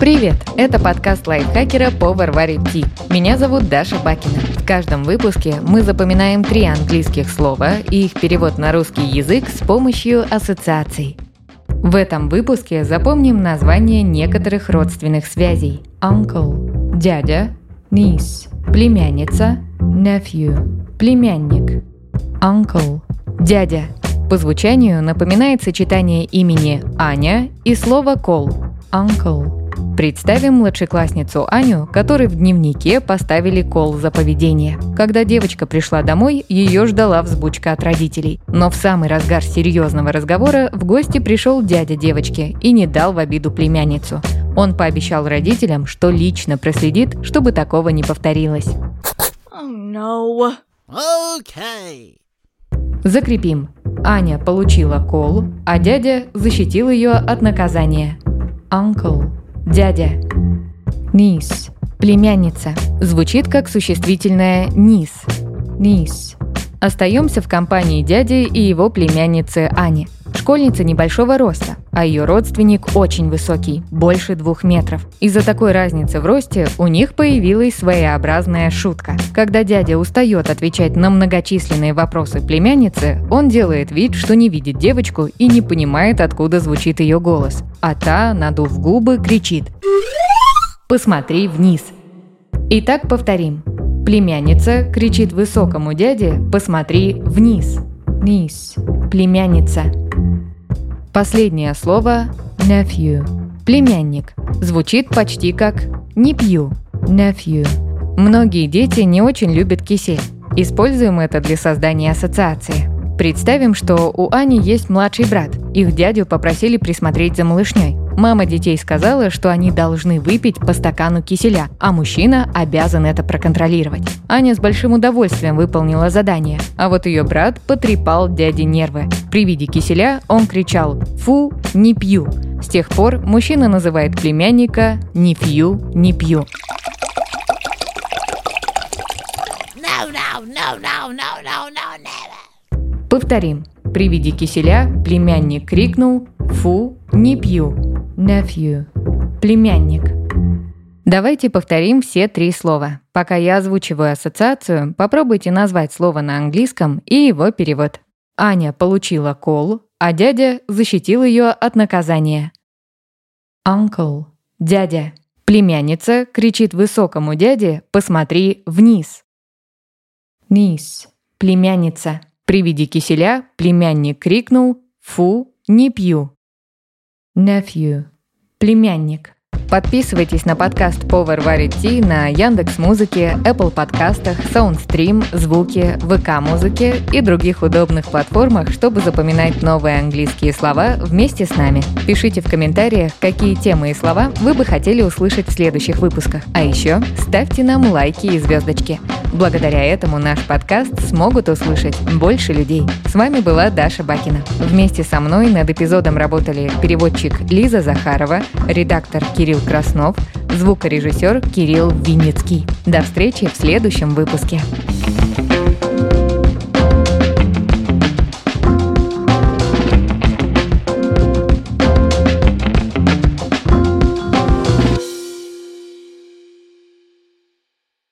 Привет! Это подкаст лайфхакера по Варваре Ти. Меня зовут Даша Бакина. В каждом выпуске мы запоминаем 3 английских слова и их перевод на русский язык с помощью ассоциаций. В этом выпуске запомним название некоторых родственных связей. Uncle – дядя, niece – племянница, nephew – племянник. Uncle – дядя. По звучанию напоминает сочетание имени Аня и слова call – uncle. Представим младшеклассницу Аню, которой в дневнике поставили колл за поведение. Когда девочка пришла домой, ее ждала взбучка от родителей. Но в самый разгар серьезного разговора в гости пришел дядя девочки и не дал в обиду племянницу. Он пообещал родителям, что лично проследит, чтобы такого не повторилось. Oh, no. Okay. Закрепим. Аня получила колл, а дядя защитил ее от наказания. Uncle. Дядя. Niece. Племянница. Звучит как существительное niece. Niece. Остаемся в компании дяди и его племянницы Ани. Школьница небольшого роста, а ее родственник очень высокий, больше 2 метров. Из-за такой разницы в росте у них появилась своеобразная шутка. Когда дядя устает отвечать на многочисленные вопросы племянницы, он делает вид, что не видит девочку и не понимает, откуда звучит ее голос. А та, надув губы, кричит: «Посмотри вниз!» Итак, повторим. Племянница кричит высокому дяде: «Посмотри вниз!» Niece. Племянница. Последнее слово nephew. Племянник. Звучит почти как «не пью». Nephew. Многие дети не очень любят кисель. Используем это для создания ассоциации. Представим, что у Ани есть младший брат. Их дядю попросили присмотреть за малышней. Мама детей сказала, что они должны выпить по стакану киселя, а мужчина обязан это проконтролировать. Аня с большим удовольствием выполнила задание, а вот ее брат потрепал дяде нервы. При виде киселя он кричал: «Фу, не пью». С тех пор мужчина называет племянника «не пью, не пью». No, never. Повторим. При виде киселя племянник крикнул: «Фу, не пью». Nephew. Племянник. Давайте повторим все 3 слова. Пока я озвучиваю ассоциацию, попробуйте назвать слово на английском и его перевод. Аня получила колл, а дядя защитил ее от наказания. Uncle. Дядя. Племянница кричит высокому дяде: «Посмотри вниз». Niece. Племянница. При виде киселя племянник крикнул: «Фу, не пью». Nephew. Племянник. Подписывайтесь на подкаст по Варваре Ти на Яндекс.Музыке, Apple подкастах, Soundstream, Звуки, ВК-музыке и других удобных платформах, чтобы запоминать новые английские слова вместе с нами. Пишите в комментариях, какие темы и слова вы бы хотели услышать в следующих выпусках. А еще ставьте нам лайки и звездочки. Благодаря этому наш подкаст смогут услышать больше людей. С вами была Даша Бакина. Вместе со мной над эпизодом работали переводчик Лиза Захарова, редактор Кирилл Краснов, звукорежиссер Кирилл Винницкий. До встречи в следующем выпуске.